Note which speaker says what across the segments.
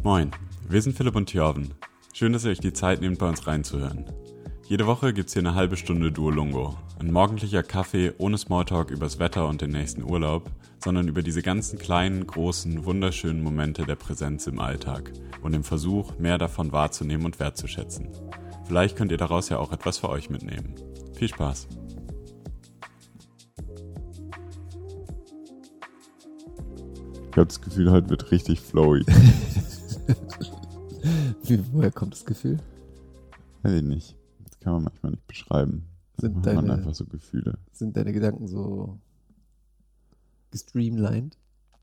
Speaker 1: Moin, wir sind Philipp und Thjörven. Schön, dass ihr euch die Zeit nehmt, bei uns reinzuhören. Jede Woche gibt's hier eine halbe Stunde Duolungo. Ein morgendlicher Kaffee ohne Smalltalk übers Wetter und den nächsten Urlaub, sondern über diese ganzen kleinen, großen, wunderschönen Momente der Präsenz im Alltag und dem Versuch, mehr davon wahrzunehmen und wertzuschätzen. Vielleicht könnt ihr daraus ja auch etwas für euch mitnehmen. Viel Spaß!
Speaker 2: Ich habe das Gefühl, heute wird richtig flowy.
Speaker 3: Woher kommt das Gefühl?
Speaker 2: Weiß ich nicht. Das kann man manchmal nicht beschreiben.
Speaker 3: Sind
Speaker 2: Man einfach so Gefühle.
Speaker 3: Sind deine Gedanken so gestreamlined?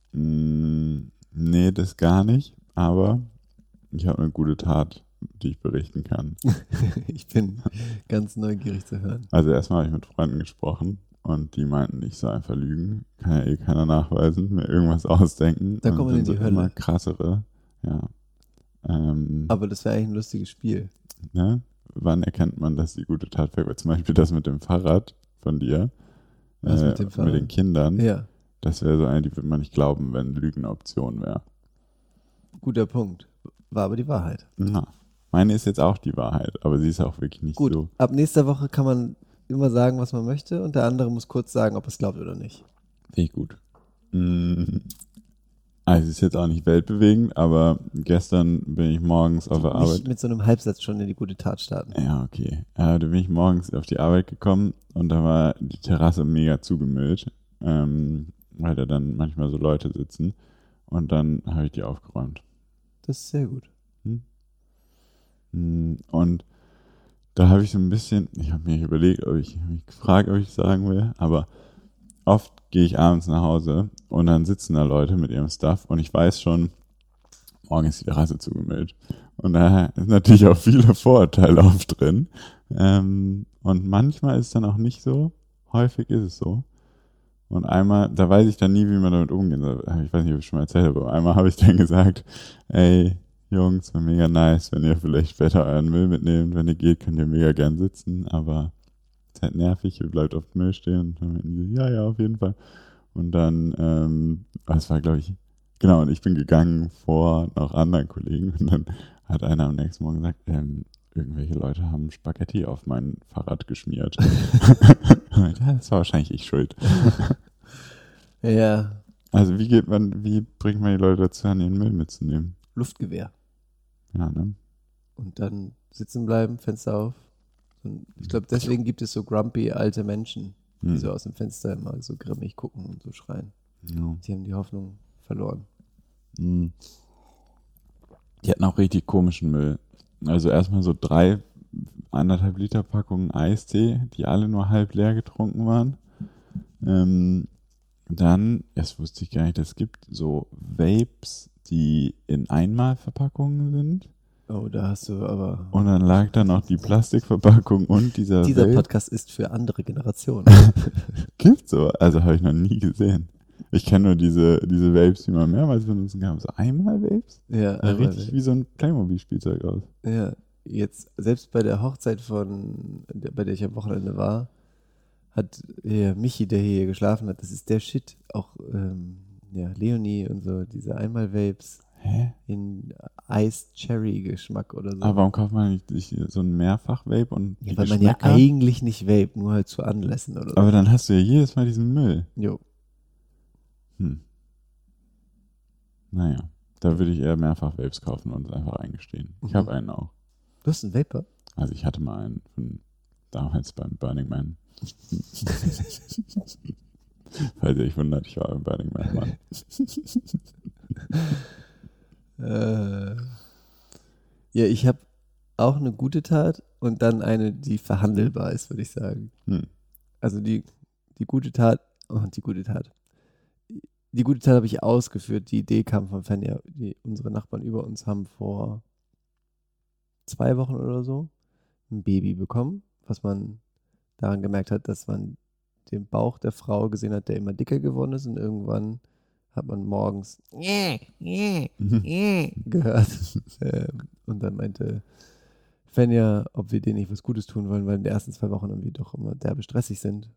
Speaker 2: Nee, das gar nicht. Aber ich habe eine gute Tat, die ich berichten kann.
Speaker 3: Ich bin ganz neugierig zu hören.
Speaker 2: Also erstmal habe ich mit Freunden gesprochen und die meinten, ich soll einfach lügen. Kann ja eh keiner nachweisen, mir irgendwas ausdenken.
Speaker 3: Da kommen wir in die Hölle.
Speaker 2: Immer krassere. Ja.
Speaker 3: Aber das wäre eigentlich ein lustiges Spiel.
Speaker 2: Ne? Wann erkennt man, dass die gute Tat wirkt? Zum Beispiel das mit dem Fahrrad von dir.
Speaker 3: Was mit dem Fahrrad?
Speaker 2: Mit den Kindern.
Speaker 3: Ja.
Speaker 2: Das wäre so eine, die würde man nicht glauben, wenn Lügen eine Option wäre.
Speaker 3: Guter Punkt. War aber die Wahrheit.
Speaker 2: Na, meine ist jetzt auch die Wahrheit, aber sie ist auch wirklich nicht
Speaker 3: Gut,
Speaker 2: so.
Speaker 3: ab nächster Woche kann man immer sagen, was man möchte und der andere muss kurz sagen, ob er es glaubt oder nicht.
Speaker 2: Finde ich gut. Also es ist jetzt auch nicht weltbewegend, aber gestern bin ich morgens auf der Arbeit.
Speaker 3: Nicht mit so einem Halbsatz schon in die gute Tat starten.
Speaker 2: Ja, okay. Da bin ich morgens auf die Arbeit gekommen und da war die Terrasse mega zugemüllt, weil da dann manchmal so Leute sitzen und dann habe ich die aufgeräumt.
Speaker 3: Das ist sehr gut.
Speaker 2: Und da habe ich so ein bisschen, ich habe mir überlegt, habe mich gefragt, ob ich sagen will, aber oft gehe ich abends nach Hause und dann sitzen da Leute mit ihrem Stuff und ich weiß schon, morgen ist die Terrasse zugemüllt. Und da sind natürlich auch viele Vorurteile oft drin. Und manchmal ist es dann auch nicht so, häufig ist es so. Und einmal, da weiß ich dann nie, wie man damit umgehen soll. Ich weiß nicht, ob ich schon mal erzählt habe, aber einmal habe ich dann gesagt, ey, Jungs, wäre mega nice, wenn ihr vielleicht später euren Müll mitnehmt. Wenn ihr geht, könnt ihr mega gern sitzen, aber ist halt nervig, ihr bleibt oft Müll stehen. Und dann meinten die so, ja, auf jeden Fall. Und dann, das war, glaube ich, genau, und ich bin gegangen vor noch anderen Kollegen und dann hat einer am nächsten Morgen gesagt, irgendwelche Leute haben Spaghetti auf mein Fahrrad geschmiert. Das war wahrscheinlich ich schuld.
Speaker 3: Ja.
Speaker 2: Also wie bringt man die Leute dazu an, ihren Müll mitzunehmen?
Speaker 3: Luftgewehr.
Speaker 2: Ja, ne?
Speaker 3: Und dann sitzen bleiben, Fenster auf. Und ich glaube, deswegen gibt es so grumpy alte Menschen, die so aus dem Fenster immer so grimmig gucken und so schreien.
Speaker 2: Ja.
Speaker 3: Die haben die Hoffnung verloren.
Speaker 2: Die hatten auch richtig komischen Müll. Also erstmal so 1,5 Liter Packungen Eistee, die alle nur halb leer getrunken waren. Dann, das wusste ich gar nicht, es gibt so Vapes, die in Einmalverpackungen sind.
Speaker 3: Oh, da hast du aber...
Speaker 2: Und dann lag da noch die Plastikverpackung und dieser Vape.
Speaker 3: Podcast ist für andere Generationen.
Speaker 2: Gibt's so? Also habe ich noch nie gesehen. Ich kenne nur diese Vapes, die man mehrmals benutzen kann. So Einmal-Vapes?
Speaker 3: Ja,
Speaker 2: richtig wie so ein Playmobil-Spielzeug aus.
Speaker 3: Ja, jetzt, selbst bei der Hochzeit bei der ich am Wochenende war, hat Michi, der hier geschlafen hat, das ist der Shit, auch Leonie und so, diese Einmal-Vapes.
Speaker 2: Hä?
Speaker 3: In Ice-Cherry-Geschmack oder so.
Speaker 2: Aber warum kauft man nicht sich so ein Mehrfach-Vape und die
Speaker 3: weil man
Speaker 2: Geschmäcker?
Speaker 3: ja eigentlich nicht vape, nur halt zu Anlässen oder so.
Speaker 2: Aber dann hast du ja jedes Mal diesen Müll.
Speaker 3: Jo.
Speaker 2: Naja, da würde ich eher Mehrfach-Vapes kaufen und es einfach eingestehen. Ich habe einen auch.
Speaker 3: Du hast einen Vapor?
Speaker 2: Also ich hatte mal einen von damals beim Burning Man. Falls ihr euch wundert, ich war beim Burning Man Mann.
Speaker 3: Ja, ich habe auch eine gute Tat und dann eine, die verhandelbar ist, würde ich sagen. Also die gute Tat und die gute Tat. Die gute Tat habe ich ausgeführt. Die Idee kam von Fenja. Unsere Nachbarn über uns haben vor 2 Wochen oder so ein Baby bekommen, was man daran gemerkt hat, dass man den Bauch der Frau gesehen hat, der immer dicker geworden ist und irgendwann hat man morgens gehört. Und dann meinte Fenja, ob wir denen nicht was Gutes tun wollen, weil in den ersten 2 Wochen irgendwie doch immer derbe stressig sind.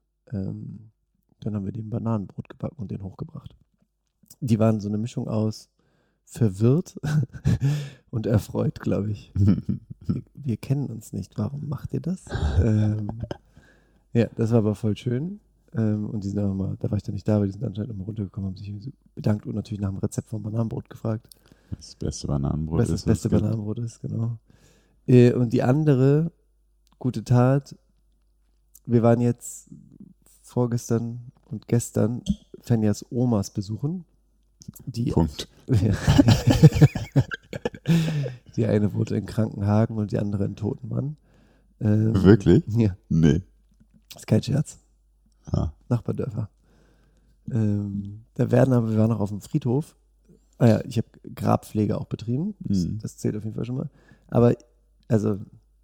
Speaker 3: Dann haben wir dem Bananenbrot gebacken und den hochgebracht. Die waren so eine Mischung aus verwirrt und erfreut, glaube ich. Wir kennen uns nicht, warum macht ihr das? Ja, das war aber voll schön. Und die sind aber mal, da war ich dann nicht da, weil die sind anscheinend immer runtergekommen, haben sich irgendwie so bedankt und natürlich nach dem Rezept vom Bananenbrot gefragt.
Speaker 2: Das beste Bananenbrot
Speaker 3: Was das beste Bananenbrot ist, genau. Und die andere gute Tat, wir waren jetzt vorgestern und gestern Fenjas Omas besuchen.
Speaker 2: Punkt.
Speaker 3: Ja. Die eine wohnt in Krankenhagen und die andere in Totenmann.
Speaker 2: Wirklich?
Speaker 3: Ja.
Speaker 2: Nee.
Speaker 3: Ist kein Scherz. Nachbardörfer. Wir waren auch auf dem Friedhof. Ah ja, ich habe Grabpflege auch betrieben. Das zählt auf jeden Fall schon mal. Aber, also,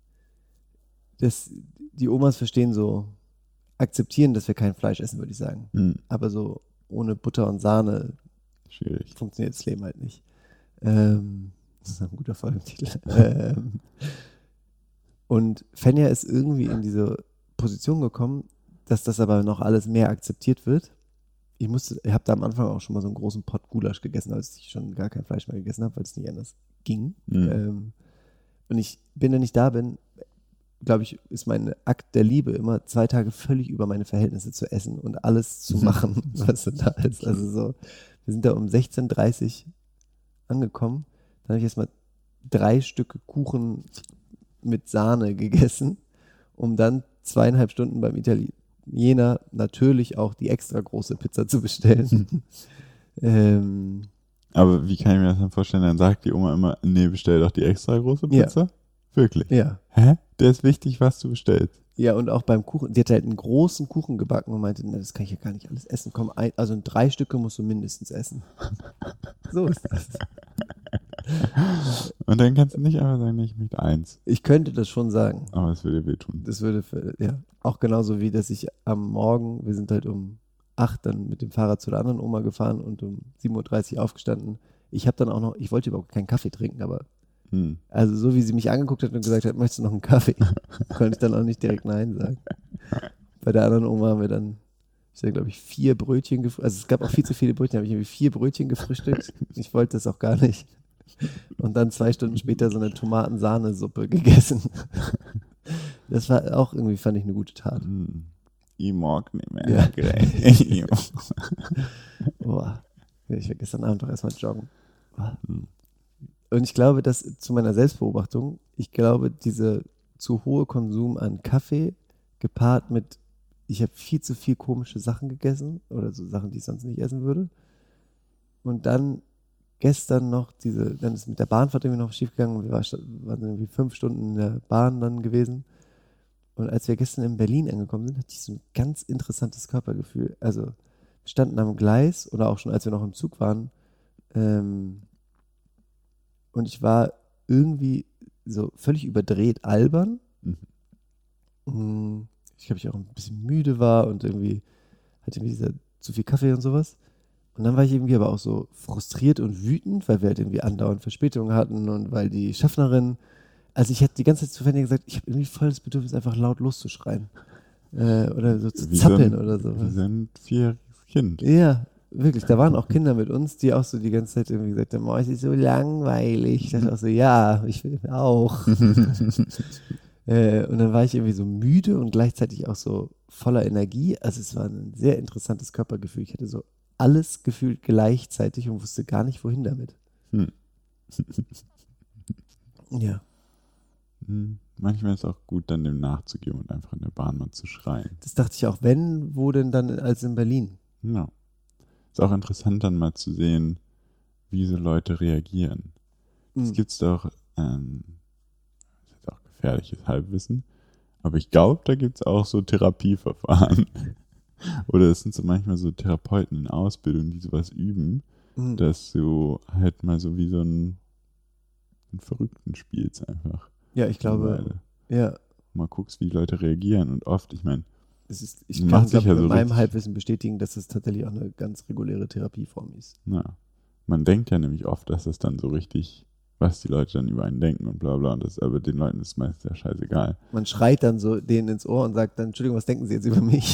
Speaker 3: die Omas verstehen so, akzeptieren, dass wir kein Fleisch essen, würde ich sagen. Aber so ohne Butter und Sahne
Speaker 2: schwierig.
Speaker 3: Funktioniert das Leben halt nicht. Das ist ein guter Folgentitel. Und Fenja ist irgendwie in diese Position gekommen, dass das aber noch alles mehr akzeptiert wird. Ich habe da am Anfang auch schon mal so einen großen Pott Gulasch gegessen, als ich schon gar kein Fleisch mehr gegessen habe, weil es nicht anders ging. Und ich bin, wenn ich da bin, glaube ich, ist mein Akt der Liebe immer 2 Tage völlig über meine Verhältnisse zu essen und alles zu machen, was da ist. Also so, wir sind da um 16:30 Uhr angekommen. Dann habe ich erstmal 3 Stücke Kuchen mit Sahne gegessen, um dann 2,5 Stunden beim Italiener natürlich auch die extra große Pizza zu bestellen.
Speaker 2: Aber wie kann ich mir das dann vorstellen? Dann sagt die Oma immer, nee, bestell doch die extra große Pizza? Ja. Wirklich?
Speaker 3: Ja.
Speaker 2: Hä? Der ist wichtig, was du bestellst.
Speaker 3: Ja, und auch beim Kuchen. Die hat halt einen großen Kuchen gebacken und meinte, na, das kann ich ja gar nicht alles essen. Komm, also 3 Stücke musst du mindestens essen. So ist das.
Speaker 2: Und dann kannst du nicht einfach sagen, nee, ich möchte 1.
Speaker 3: Ich könnte das schon sagen.
Speaker 2: Aber es würde wehtun.
Speaker 3: Das würde, ja. Auch genauso wie, dass ich am Morgen, wir sind halt um 8 dann mit dem Fahrrad zu der anderen Oma gefahren und um 7:30 Uhr aufgestanden. Ich habe dann auch noch, ich wollte überhaupt keinen Kaffee trinken, aber also so wie sie mich angeguckt hat und gesagt hat, möchtest du noch einen Kaffee? Konnte ich dann auch nicht direkt Nein sagen. Bei der anderen Oma haben wir dann, glaube ich, 4 Brötchen gefrühstückt. Also es gab auch viel zu viele Brötchen, da habe ich irgendwie 4 Brötchen gefrühstückt. Ich wollte das auch gar nicht. Und dann 2 Stunden später so eine Tomatensahnesuppe gegessen. Das war auch irgendwie, fand ich, eine gute Tat.
Speaker 2: Ich mag nicht mehr.
Speaker 3: Ja. Boah. Ich war gestern Abend doch erstmal joggen. Und ich glaube, dass zu meiner Selbstbeobachtung, ich glaube, dieser zu hohe Konsum an Kaffee gepaart mit, ich habe viel zu viel komische Sachen gegessen oder so Sachen, die ich sonst nicht essen würde. Und dann gestern noch dann ist mit der Bahnfahrt irgendwie noch schief gegangen. Wir waren irgendwie 5 Stunden in der Bahn dann gewesen. Und als wir gestern in Berlin angekommen sind, hatte ich so ein ganz interessantes Körpergefühl. Also wir standen am Gleis oder auch schon als wir noch im Zug waren. Und ich war irgendwie so völlig überdreht albern. Ich glaube, ich auch ein bisschen müde war und irgendwie hatte zu viel Kaffee und sowas. Und dann war ich irgendwie aber auch so frustriert und wütend, weil wir halt irgendwie andauernd Verspätungen hatten und weil die Schaffnerin, also ich hatte die ganze Zeit zu Fanny gesagt, ich habe irgendwie voll das Bedürfnis, einfach laut loszuschreien. Oder so zu zappeln oder so.
Speaker 2: Wir sind 4 Kind.
Speaker 3: Ja, wirklich. Da waren auch Kinder mit uns, die auch so die ganze Zeit irgendwie gesagt haben, oh, es ist so langweilig. Ich dachte auch so, ja, ich will auch. Und dann war ich irgendwie so müde und gleichzeitig auch so voller Energie. Also es war ein sehr interessantes Körpergefühl. Ich hatte so alles gefühlt gleichzeitig und wusste gar nicht, wohin damit. Ja.
Speaker 2: Manchmal ist es auch gut, dann dem nachzugeben und einfach in der Bahn mal zu schreien.
Speaker 3: Das dachte ich auch. Wo denn dann als in Berlin?
Speaker 2: Ja. Ist auch interessant dann mal zu sehen, wie so Leute reagieren. Es gibt doch, das ist auch gefährliches Halbwissen, aber ich glaube, da gibt es auch so Therapieverfahren. Oder es sind so manchmal so Therapeuten in Ausbildung, die sowas üben, dass du halt mal so wie so einen Verrückten spielst einfach.
Speaker 3: Ja, ich glaube, ja.
Speaker 2: Mal guckst, wie die Leute reagieren und oft, ich meine,
Speaker 3: ich kann, glaube ich, mit meinem Halbwissen bestätigen, dass es tatsächlich auch eine ganz reguläre Therapieform ist.
Speaker 2: Ja. Man denkt ja nämlich oft, dass das dann so richtig, was die Leute dann über einen denken und bla bla, und aber den Leuten ist meistens ja scheißegal.
Speaker 3: Man schreit dann so denen ins Ohr und sagt dann, Entschuldigung, was denken Sie jetzt über mich?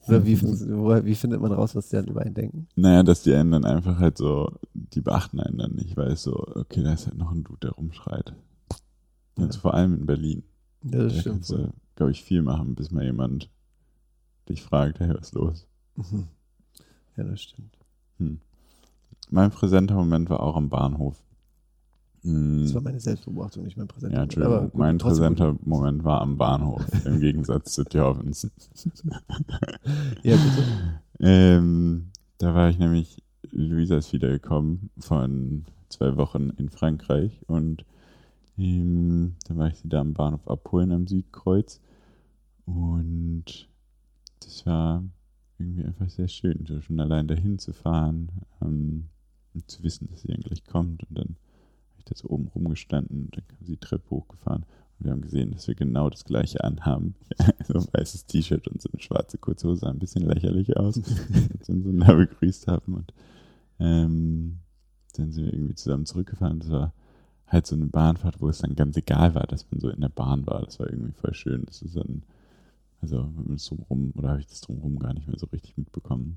Speaker 3: Oder wie findet man raus, was die dann über einen denken?
Speaker 2: Naja, dass die einen dann einfach halt so, die beachten einen dann nicht, weil es so, okay, da ist halt noch ein Dude, der rumschreit.
Speaker 3: Ja.
Speaker 2: Also vor allem in Berlin.
Speaker 3: Ja, das
Speaker 2: Da
Speaker 3: stimmt.
Speaker 2: kannst du, glaube ich, viel machen, bis mal jemand dich fragt, hey, was ist los?
Speaker 3: Mhm. Ja, das stimmt.
Speaker 2: Mein präsenter Moment war auch am Bahnhof.
Speaker 3: Das war meine Selbstbeobachtung, nicht mein präsenter
Speaker 2: Ja,
Speaker 3: Moment.
Speaker 2: Entschuldigung,
Speaker 3: Aber gut,
Speaker 2: mein
Speaker 3: trotzdem
Speaker 2: präsenter Moment war am Bahnhof, im Gegensatz zu Thorvens.
Speaker 3: Ja, bitte.
Speaker 2: Da war ich nämlich, Luisa ist wiedergekommen von 2 Wochen in Frankreich und da war ich sie da am Bahnhof abholen am Südkreuz und das war irgendwie einfach sehr schön, so schon allein dahin zu fahren und zu wissen, dass sie dann gleich kommt und dann habe ich da so oben rumgestanden und dann kam sie die Treppe hochgefahren und wir haben gesehen, dass wir genau das gleiche anhaben. So ein weißes T-Shirt und so eine schwarze kurze Hose, sah ein bisschen lächerlich aus, als wir uns so nah begrüßt haben und dann sind wir irgendwie zusammen zurückgefahren. Das war halt so eine Bahnfahrt, wo es dann ganz egal war, dass man so in der Bahn war. Das war irgendwie voll schön. Das ist dann, also drumherum, oder habe ich das drumherum gar nicht mehr so richtig mitbekommen.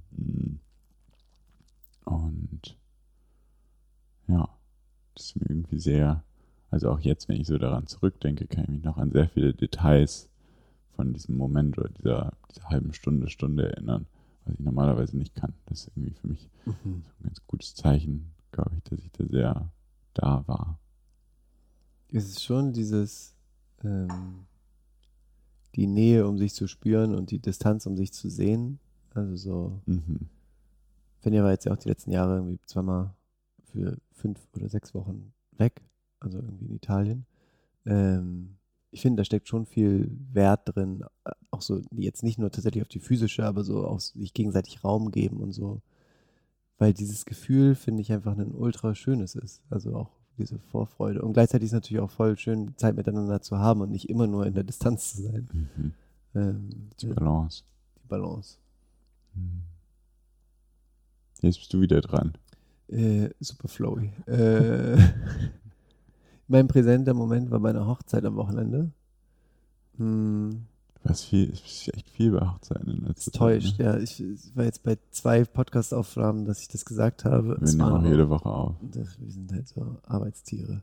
Speaker 2: Und ja, das ist mir irgendwie sehr, also auch jetzt, wenn ich so daran zurückdenke, kann ich mich noch an sehr viele Details von diesem Moment oder dieser halben Stunde erinnern, was ich normalerweise nicht kann. Das ist irgendwie für mich so ein ganz gutes Zeichen, glaube ich, dass ich da sehr da war.
Speaker 3: Es ist schon dieses, die Nähe, um sich zu spüren und die Distanz, um sich zu sehen. Also so, Fenja war jetzt ja auch die letzten Jahre irgendwie zweimal für 5 oder 6 Wochen weg, also irgendwie in Italien. Ich finde, da steckt schon viel Wert drin, auch so jetzt nicht nur tatsächlich auf die physische, aber so auch sich gegenseitig Raum geben und so. Weil dieses Gefühl, finde ich, einfach ein ultra schönes ist. Also auch diese Vorfreude. Und gleichzeitig ist es natürlich auch voll schön, Zeit miteinander zu haben und nicht immer nur in der Distanz zu sein.
Speaker 2: Die Balance.
Speaker 3: Die Balance.
Speaker 2: Jetzt bist du wieder dran.
Speaker 3: Super flowy. Mein präsenter Moment war bei einer Hochzeit am Wochenende.
Speaker 2: Du bist echt viel bei Hochzeiten in letzter Zeit.
Speaker 3: Täuscht, ja. Ich war jetzt bei 2 Podcast-Aufnahmen, dass ich das gesagt habe.
Speaker 2: Wir nehmen auch jede Woche auf.
Speaker 3: Wir sind halt so Arbeitstiere.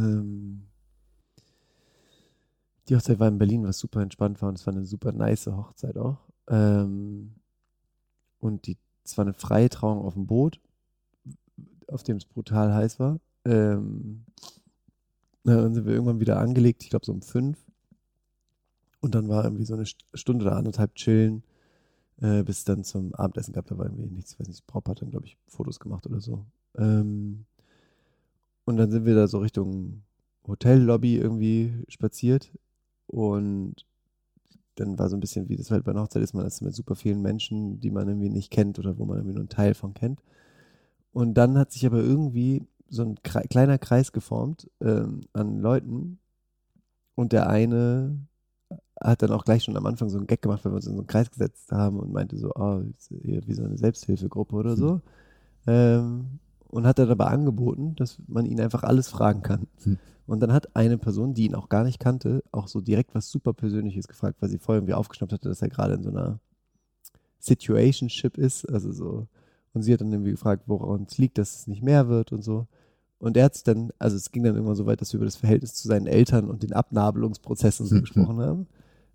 Speaker 3: Die Hochzeit war in Berlin, was super entspannt war und es war eine super nice Hochzeit auch. Und es war eine freie Trauung auf dem Boot, auf dem es brutal heiß war. Dann sind wir irgendwann wieder angelegt, ich glaube so um 5. Und dann war irgendwie so eine Stunde oder anderthalb chillen, bis es dann zum Abendessen gab. Da war irgendwie nichts, ich weiß nicht, Prop hat dann, glaube ich, Fotos gemacht oder so. Und dann sind wir da so Richtung Hotellobby irgendwie spaziert. Und dann war so ein bisschen, wie das halt bei einer Hochzeit ist, man ist mit super vielen Menschen, die man irgendwie nicht kennt oder wo man irgendwie nur einen Teil von kennt. Und dann hat sich aber irgendwie so ein kleiner Kreis geformt an Leuten. Und der eine hat dann auch gleich schon am Anfang so einen Gag gemacht, weil wir uns in so einen Kreis gesetzt haben und meinte so, wie so eine Selbsthilfegruppe oder so. Und hat dann aber angeboten, dass man ihn einfach alles fragen kann. Und dann hat eine Person, die ihn auch gar nicht kannte, auch so direkt was super Persönliches gefragt, weil sie vorher irgendwie aufgeschnappt hatte, dass er gerade in so einer Situationship ist, also so. Und sie hat dann irgendwie gefragt, woran es liegt, dass es nicht mehr wird und so. Und er hat sich dann, also es ging dann irgendwann so weit, dass wir über das Verhältnis zu seinen Eltern und den Abnabelungsprozess und so gesprochen haben.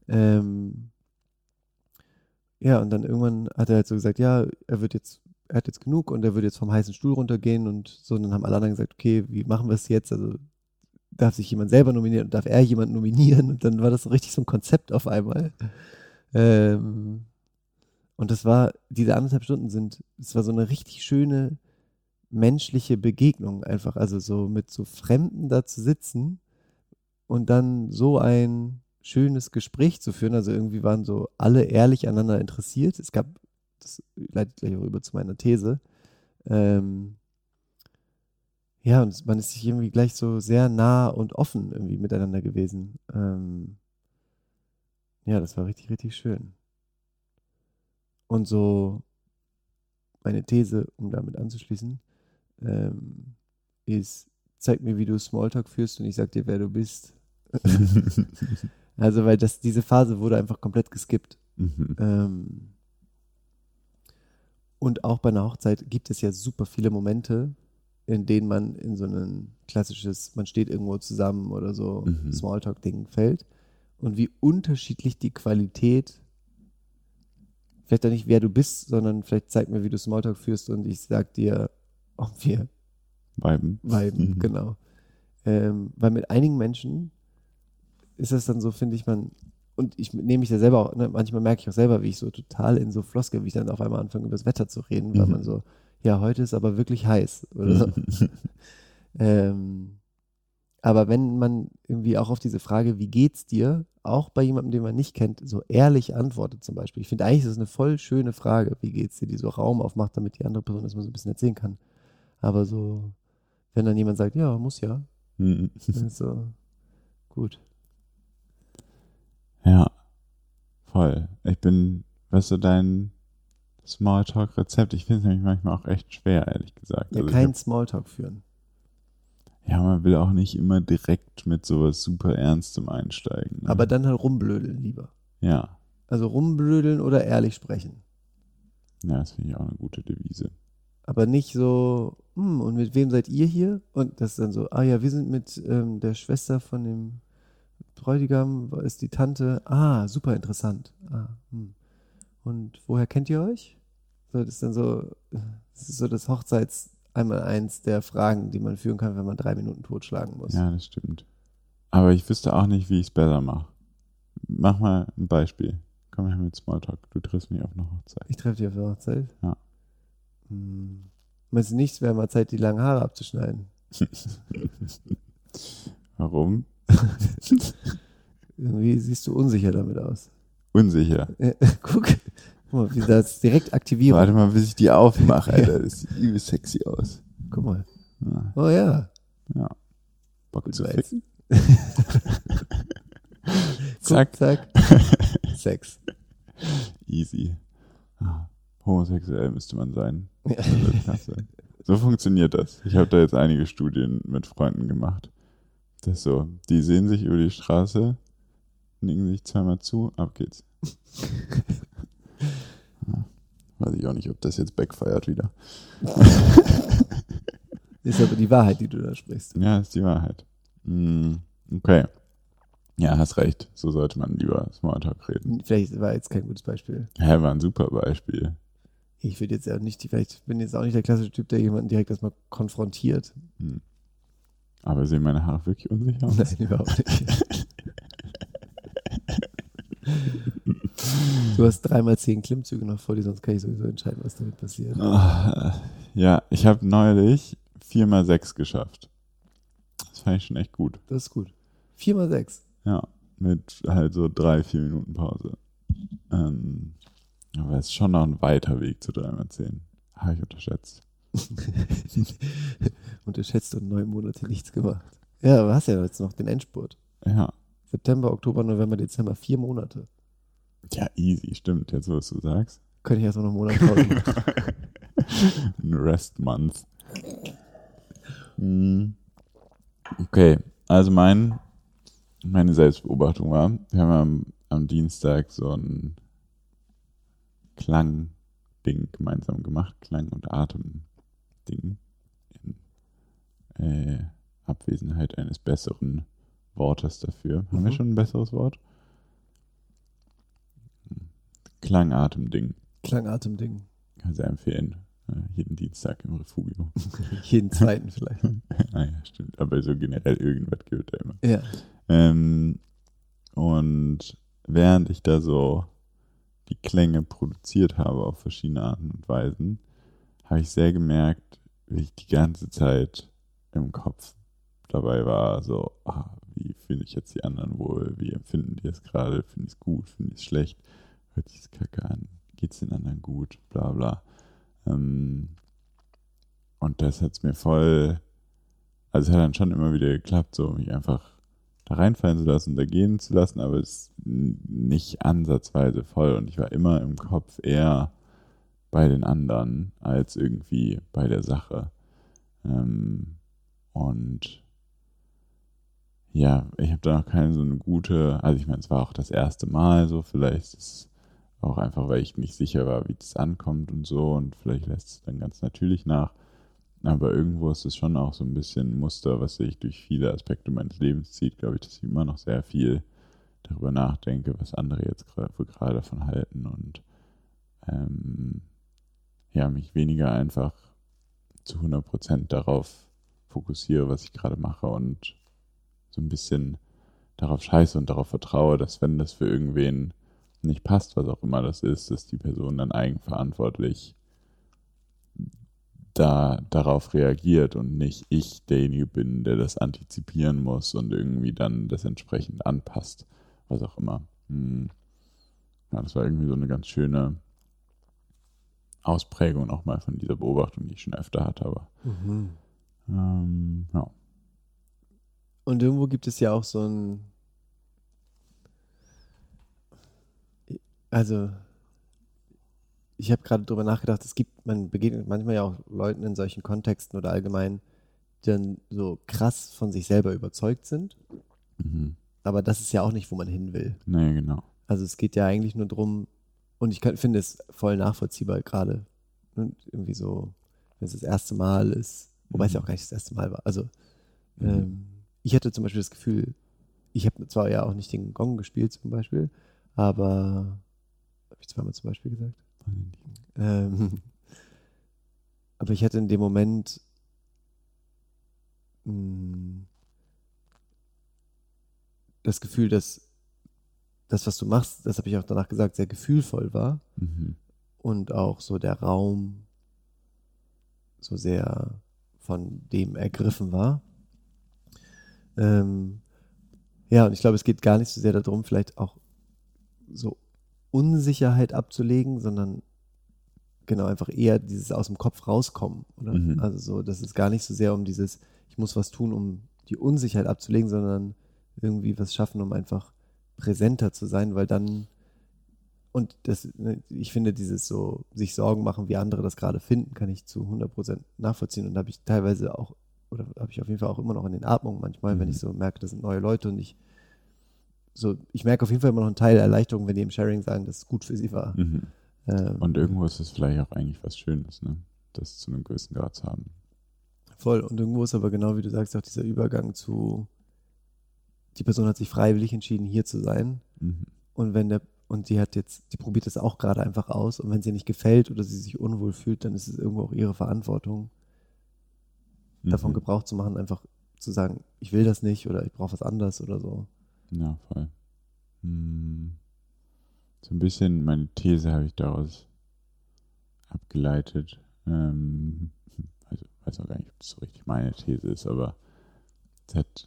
Speaker 3: Ja, und dann irgendwann hat er halt so gesagt, ja, er hat jetzt genug und er würde jetzt vom heißen Stuhl runtergehen und so. Und dann haben alle anderen gesagt, okay, wie machen wir es jetzt? Also darf sich jemand selber nominieren und darf er jemanden nominieren? Und dann war das so richtig so ein Konzept auf einmal. Und das war, diese 1,5 Stunden das war so eine richtig schöne menschliche Begegnung einfach. Also so mit so Fremden da zu sitzen und dann so ein schönes Gespräch zu führen. Also irgendwie waren so alle ehrlich aneinander interessiert. Das leitet gleich auch über zu meiner These. Ja, und man ist sich irgendwie gleich so sehr nah und offen irgendwie miteinander gewesen. Ja, das war richtig, richtig schön. Und so meine These, um damit anzuschließen, ist, zeig mir, wie du Smalltalk führst und ich sag dir, wer du bist. Also, weil diese Phase wurde einfach komplett geskippt. Und auch bei einer Hochzeit gibt es ja super viele Momente, in denen man in so ein klassisches, man steht irgendwo zusammen oder so, Smalltalk-Ding fällt. Und wie unterschiedlich die Qualität, vielleicht auch nicht, wer du bist, sondern vielleicht zeig mir, wie du Smalltalk führst und ich sag dir, ob wir
Speaker 2: Viben,
Speaker 3: genau. Weil mit einigen Menschen ist das dann so, finde ich, und ich nehme mich da selber auch, ne, manchmal merke ich auch selber, wie ich so total in so Floskel, wie ich dann auf einmal anfange, über das Wetter zu reden, weil man so, ja, heute ist aber wirklich heiß oder so. Aber wenn man irgendwie auch auf diese Frage, wie geht's dir, auch bei jemandem, den man nicht kennt, so ehrlich antwortet zum Beispiel. Ich finde eigentlich, das ist eine voll schöne Frage, wie geht's dir, die so Raum aufmacht, damit die andere Person das mal so ein bisschen erzählen kann. Aber so, wenn dann jemand sagt, ja, muss ja, dann ist so, gut.
Speaker 2: Ja, voll. Was ist dein Smalltalk-Rezept? Ich finde es nämlich manchmal auch echt schwer, ehrlich gesagt.
Speaker 3: Ja,
Speaker 2: Also
Speaker 3: kein Smalltalk führen.
Speaker 2: Ja, man will auch nicht immer direkt mit sowas super Ernstem einsteigen. Ne?
Speaker 3: Aber dann halt rumblödeln lieber.
Speaker 2: Ja.
Speaker 3: Also rumblödeln oder ehrlich sprechen.
Speaker 2: Ja, das finde ich auch eine gute Devise.
Speaker 3: Aber nicht so, und mit wem seid ihr hier? Und das ist dann so, ah ja, wir sind mit der Schwester von dem Bräutigam, ist die Tante, super interessant. Und woher kennt ihr euch? So, das ist dann so, das ist so das Hochzeits-Einmal-Eins der Fragen, die man führen kann, wenn man 3 Minuten totschlagen muss.
Speaker 2: Ja, das stimmt. Aber ich wüsste auch nicht, wie ich es besser mache. Mach mal ein Beispiel. Komm her mit Smalltalk. Du triffst mich auf eine Hochzeit.
Speaker 3: Ich treffe dich auf eine Hochzeit?
Speaker 2: Ja.
Speaker 3: Meinst du nicht, es wäre mal Zeit, die langen Haare abzuschneiden?
Speaker 2: Warum?
Speaker 3: Irgendwie siehst du unsicher damit aus.
Speaker 2: Unsicher.
Speaker 3: Guck mal, wie das direkt aktivieren.
Speaker 2: Warte mal, bis ich die aufmache, Alter. Das sieht übel sexy aus.
Speaker 3: Guck mal.
Speaker 2: Ja.
Speaker 3: Oh ja.
Speaker 2: Ja. Bock
Speaker 3: Gut
Speaker 2: zu
Speaker 3: weiß.
Speaker 2: ficken?
Speaker 3: Zack, zack. Sex.
Speaker 2: Easy. Homosexuell müsste man sein.
Speaker 3: Ja.
Speaker 2: Klasse. So funktioniert das. Ich habe da jetzt einige Studien mit Freunden gemacht. Das ist so, die sehen sich über die Straße, nicken sich zweimal zu, ab geht's. Weiß ich auch nicht, ob das jetzt backfeiert wieder.
Speaker 3: Ist aber die Wahrheit, die du da sprichst.
Speaker 2: Ja, ist die Wahrheit. Okay. Ja, hast recht. So sollte man lieber Smalltalk reden.
Speaker 3: Vielleicht war jetzt kein gutes Beispiel.
Speaker 2: Ja, war ein super Beispiel.
Speaker 3: Ich würde jetzt auch nicht, vielleicht bin jetzt auch nicht der klassische Typ, der jemanden direkt erstmal konfrontiert.
Speaker 2: Aber sehen meine Haare wirklich unsicher aus?
Speaker 3: Nein, überhaupt nicht. Du hast 3x10 Klimmzüge noch vor dir, sonst kann ich sowieso entscheiden, was damit passiert.
Speaker 2: Ja, ich habe neulich 4x6 geschafft. Das fand ich schon echt gut.
Speaker 3: Das ist gut. 4x6.
Speaker 2: Ja, mit halt so 3-4 Minuten Pause. Aber es ist schon noch ein weiter Weg zu 3x10. Habe ich unterschätzt.
Speaker 3: Unterschätzt und 9 Monate nichts gemacht. Ja, aber hast ja jetzt noch den Endspurt.
Speaker 2: Ja.
Speaker 3: September, Oktober, November, Dezember, 4 Monate.
Speaker 2: Ja, easy, stimmt. Jetzt, wo du sagst.
Speaker 3: Könnte ich erst noch einen Monat Pause machen.
Speaker 2: Ein Rest-Month. Okay, also meine Selbstbeobachtung war, wir haben am Dienstag so ein Klang-Ding gemeinsam gemacht, Klang- und Atem-Ding, in Abwesenheit eines besseren Wortes dafür. Haben wir schon ein besseres Wort? Klang-Atem-Ding.
Speaker 3: Klang-Atem-Ding.
Speaker 2: Kann sehr empfehlen. Jeden Dienstag im Refugio.
Speaker 3: Jeden zweiten vielleicht.
Speaker 2: Ja, stimmt. Aber so generell irgendwas gibt da immer.
Speaker 3: Ja.
Speaker 2: Und während ich da so die Klänge produziert habe auf verschiedene Arten und Weisen, habe ich sehr gemerkt, wie ich die ganze Zeit im Kopf dabei war, so, wie finde ich jetzt die anderen wohl, wie empfinden die es gerade, finde ich es gut, finde ich es schlecht, hört sich das kacke an, geht es den anderen gut, bla bla. Und das hat es mir voll, also es hat dann schon immer wieder geklappt, so mich einfach da reinfallen zu lassen, da gehen zu lassen, aber es ist nicht ansatzweise voll und ich war immer im Kopf eher bei den anderen als irgendwie bei der Sache. Und ja, ich habe da noch keine so eine gute, also ich meine, es war auch das erste Mal so, vielleicht ist es Auch einfach, weil ich nicht sicher war, wie das ankommt und so. Und vielleicht lässt es dann ganz natürlich nach. Aber irgendwo ist es schon auch so ein bisschen ein Muster, was sich durch viele Aspekte meines Lebens zieht, glaube ich, dass ich immer noch sehr viel darüber nachdenke, was andere jetzt gerade davon halten und mich weniger einfach zu 100% darauf fokussiere, was ich gerade mache und so ein bisschen darauf scheiße und darauf vertraue, dass wenn das für irgendwen nicht passt, was auch immer das ist, dass die Person dann eigenverantwortlich darauf reagiert und nicht ich derjenige bin, der das antizipieren muss und irgendwie dann das entsprechend anpasst, was auch immer. Ja, das war irgendwie so eine ganz schöne Ausprägung auch mal von dieser Beobachtung, die ich schon öfter hatte, aber ja.
Speaker 3: Und irgendwo gibt es ja auch so also ich habe gerade drüber nachgedacht, man begegnet manchmal ja auch Leuten in solchen Kontexten oder allgemein, die dann so krass von sich selber überzeugt sind. Aber das ist ja auch nicht, wo man hin will.
Speaker 2: Nee, genau.
Speaker 3: Also es geht ja eigentlich nur drum, und ich finde es voll nachvollziehbar gerade. Und irgendwie so, wenn es das erste Mal ist, wobei es ja auch gar nicht das erste Mal war. Also ich hatte zum Beispiel das Gefühl, ich habe zwar ja auch nicht den Gong gespielt zum Beispiel, aber habe ich zweimal zum Beispiel gesagt? Aber ich hatte in dem Moment das Gefühl, dass das, was du machst, das habe ich auch danach gesagt, sehr gefühlvoll war und auch so der Raum so sehr von dem ergriffen war. Ja, und ich glaube, es geht gar nicht so sehr darum, vielleicht auch so Unsicherheit abzulegen, sondern genau einfach eher dieses aus dem Kopf rauskommen, oder? Also so, das ist gar nicht so sehr um dieses, ich muss was tun, um die Unsicherheit abzulegen, sondern irgendwie was schaffen, um einfach präsenter zu sein, weil dann, und das, ich finde dieses so, sich Sorgen machen, wie andere das gerade finden, kann ich zu 100% nachvollziehen, und da habe ich teilweise auch, oder habe ich auf jeden Fall auch immer noch in den Atmungen manchmal, wenn ich so merke, das sind neue Leute und ich merke auf jeden Fall immer noch einen Teil der Erleichterung, wenn die im Sharing sagen, dass es gut für sie war.
Speaker 2: Und irgendwo ist es vielleicht auch eigentlich was Schönes, ne? Das zu einem gewissen Grad zu haben.
Speaker 3: Voll. Und irgendwo ist aber genau, wie du sagst, auch dieser Übergang zu, die Person hat sich freiwillig entschieden, hier zu sein. Und die probiert das auch gerade einfach aus. Und wenn sie nicht gefällt oder sie sich unwohl fühlt, dann ist es irgendwo auch ihre Verantwortung, davon Gebrauch zu machen, einfach zu sagen, ich will das nicht oder ich brauche was anderes oder so.
Speaker 2: Ja, voll. So ein bisschen meine These habe ich daraus abgeleitet. Also ich weiß auch gar nicht, ob das so richtig meine These ist, aber es hat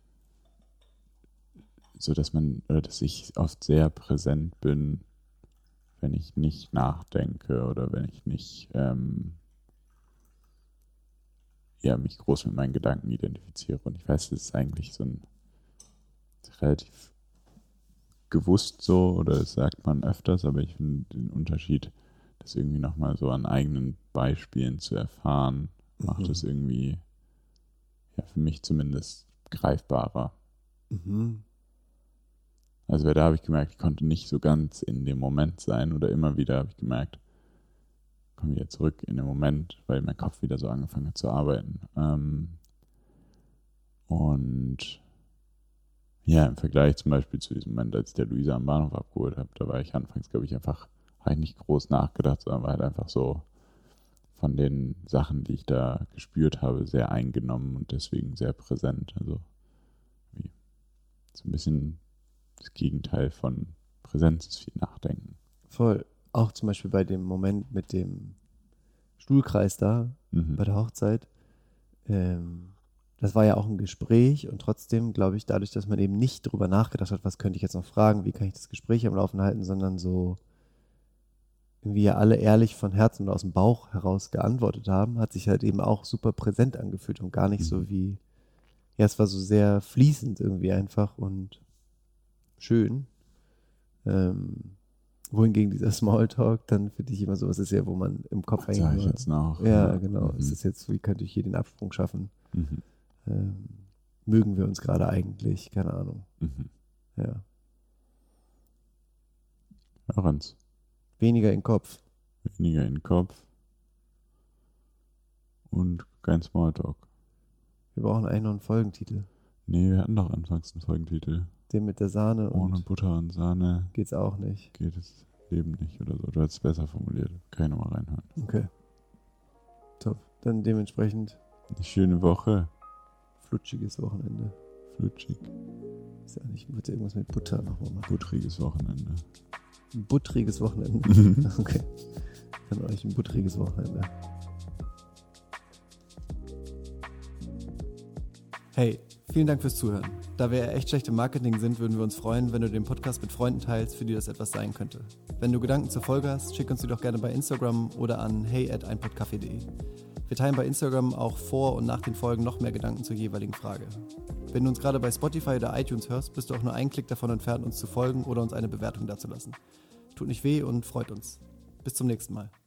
Speaker 2: so, dass ich oft sehr präsent bin, wenn ich nicht nachdenke oder wenn ich nicht mich groß mit meinen Gedanken identifiziere. Und ich weiß, das ist eigentlich so ein relativ gewusst so, oder das sagt man öfters, aber ich finde den Unterschied, das irgendwie nochmal so an eigenen Beispielen zu erfahren, macht es irgendwie, ja, für mich zumindest greifbarer. Also da habe ich gemerkt, ich konnte nicht so ganz in dem Moment sein, oder immer wieder habe ich gemerkt, komme wieder zurück in den Moment, weil mein Kopf wieder so angefangen hat zu arbeiten. Und ja, im Vergleich zum Beispiel zu diesem Moment, als ich der Luisa am Bahnhof abgeholt habe, da war ich anfangs, glaube ich, habe ich nicht groß nachgedacht, sondern war halt einfach so von den Sachen, die ich da gespürt habe, sehr eingenommen und deswegen sehr präsent. Also wie so ein bisschen das Gegenteil von Präsenz ist viel Nachdenken.
Speaker 3: Voll. Auch zum Beispiel bei dem Moment mit dem Stuhlkreis da, bei der Hochzeit. Das war ja auch ein Gespräch, und trotzdem glaube ich, dadurch, dass man eben nicht drüber nachgedacht hat, was könnte ich jetzt noch fragen, wie kann ich das Gespräch am Laufen halten, sondern so irgendwie ja alle ehrlich von Herzen und aus dem Bauch heraus geantwortet haben, hat sich halt eben auch super präsent angefühlt und gar nicht so wie, ja, es war so sehr fließend irgendwie einfach und schön. Wohingegen dieser Smalltalk dann für dich immer sowas ist, ja, wo man im Kopf
Speaker 2: eigentlich sag ich jetzt noch.
Speaker 3: Ja, genau. Es ist jetzt, wie könnte ich hier den Absprung schaffen? Mögen wir uns gerade eigentlich? Keine Ahnung. Ja.
Speaker 2: Lorenz,
Speaker 3: Weniger in den Kopf.
Speaker 2: Weniger in den Kopf. Und kein Smalltalk.
Speaker 3: Wir brauchen eigentlich noch einen Folgentitel.
Speaker 2: Nee, wir hatten doch anfangs einen Folgentitel.
Speaker 3: Den mit der Sahne
Speaker 2: Ohne
Speaker 3: und
Speaker 2: Butter und Sahne
Speaker 3: geht's auch nicht.
Speaker 2: geht das Leben nicht oder so. Du hast es besser formuliert. Kann ich nochmal reinhören.
Speaker 3: Okay. Top. Dann dementsprechend
Speaker 2: Eine schöne Woche.
Speaker 3: flutschiges Wochenende.
Speaker 2: Flutschig.
Speaker 3: Ist ja nicht, wird irgendwas mit Butter nochmal machen.
Speaker 2: Buttriges Wochenende.
Speaker 3: Ein buttriges Wochenende. Okay. Dann euch ein buttriges Wochenende. Hey, vielen Dank fürs Zuhören. Da wir ja echt schlecht im Marketing sind, würden wir uns freuen, wenn du den Podcast mit Freunden teilst, für die das etwas sein könnte. Wenn du Gedanken zur Folge hast, schick uns die doch gerne bei Instagram oder an hey@einpodcafé.de. Wir teilen bei Instagram auch vor und nach den Folgen noch mehr Gedanken zur jeweiligen Frage. Wenn du uns gerade bei Spotify oder iTunes hörst, bist du auch nur einen Klick davon entfernt, uns zu folgen oder uns eine Bewertung dazulassen. Tut nicht weh und freut uns. Bis zum nächsten Mal.